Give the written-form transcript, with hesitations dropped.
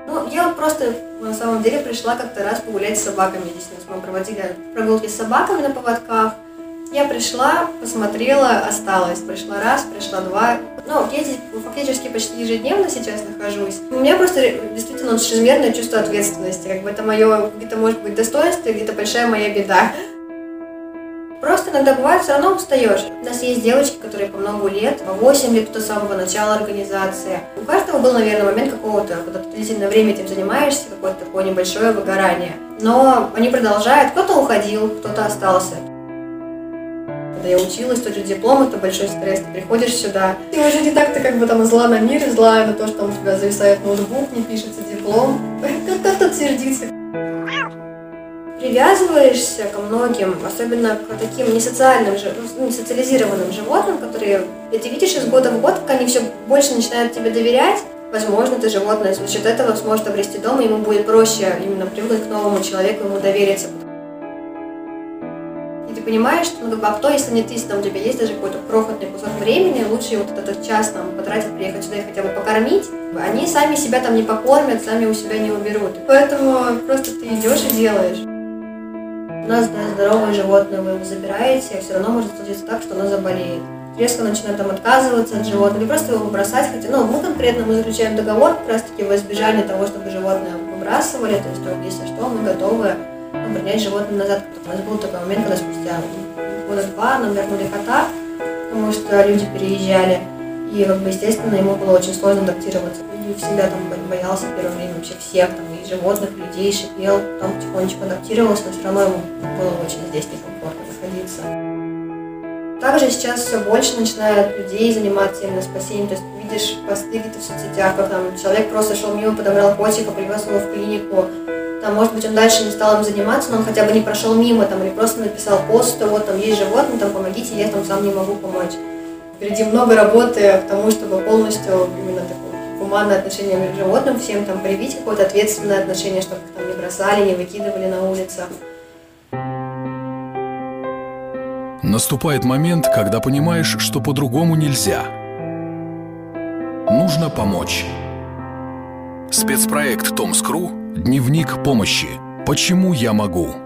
Ну, я вот просто на самом деле пришла как-то раз погулять с собаками. Здесь мы проводили прогулки с собаками на поводках. Я пришла, посмотрела, осталась. Пришла раз, пришла два. Ну, я здесь фактически почти ежедневно сейчас нахожусь. У меня просто действительно чрезмерное чувство ответственности. Как бы это мое, где-то может быть достоинство, где-то большая моя беда. Просто иногда бывает, все равно устаешь. У нас есть девочки, которые по много лет, по 8 лет до самого начала организации. У каждого был, наверное, момент какого-то, когда ты длительное время этим занимаешься, какое-то такое небольшое выгорание. Но они продолжают, кто-то уходил, кто-то остался. Когда я училась, тот же диплом, это большой стресс, ты приходишь сюда, и уже не так-то как бы там зла на мир, зла на то, что там у тебя зависает ноутбук, не пишется диплом. Как тут сердиться? Привязываешься ко многим, особенно к таким несоциальным, несоциализированным животным, которые ты видишь из года в год, как они все больше начинают тебе доверять. Возможно, это животное за счет этого сможет обрести дом, и ему будет проще именно привыкнуть к новому человеку, ему довериться. И ты понимаешь, что а кто, если не ты, если там у тебя есть даже какой-то крохотный кусок времени, лучше вот этот час там потратить, приехать сюда и хотя бы покормить. Они сами себя там не покормят, сами у себя не уберут. Поэтому просто ты идешь и делаешь. У нас здоровое животное вы его забираете, все равно может случиться так, что оно заболеет. Резко начинает там отказываться от животного, или просто его выбросать, хотя, мы конкретно заключаем договор как раз таки во избежание того, чтобы животное выбрасывали, то есть если что, мы готовы принять животное назад. У нас был такой момент, когда спустя года 2 нам вернули кота, потому что люди переезжали, и естественно, ему было очень сложно адаптироваться. И всегда там боялся первое время вообще всех, там, и животных, и людей, шипел, потом потихонечку адаптировался, но все равно ему было очень здесь некомфортно находиться. Также сейчас все больше начинают людей заниматься именно спасением, то есть видишь посты где-то в соцсетях, как там человек просто шел мимо, подобрал котика, привез его в клинику, там, может быть, он дальше не стал им заниматься, но он хотя бы не прошел мимо, там, или просто написал пост, что вот там есть животные, там, помогите, я там сам не могу помочь. Впереди много работы к тому, чтобы полностью именно такое гуманное отношение к животным, всем там привить какое-то ответственное отношение, чтобы их там не бросали, не выкидывали на улицах. Наступает момент, когда понимаешь, что по-другому нельзя. Нужно помочь. Спецпроект Томскру «Дневник помощи. Почему я могу?»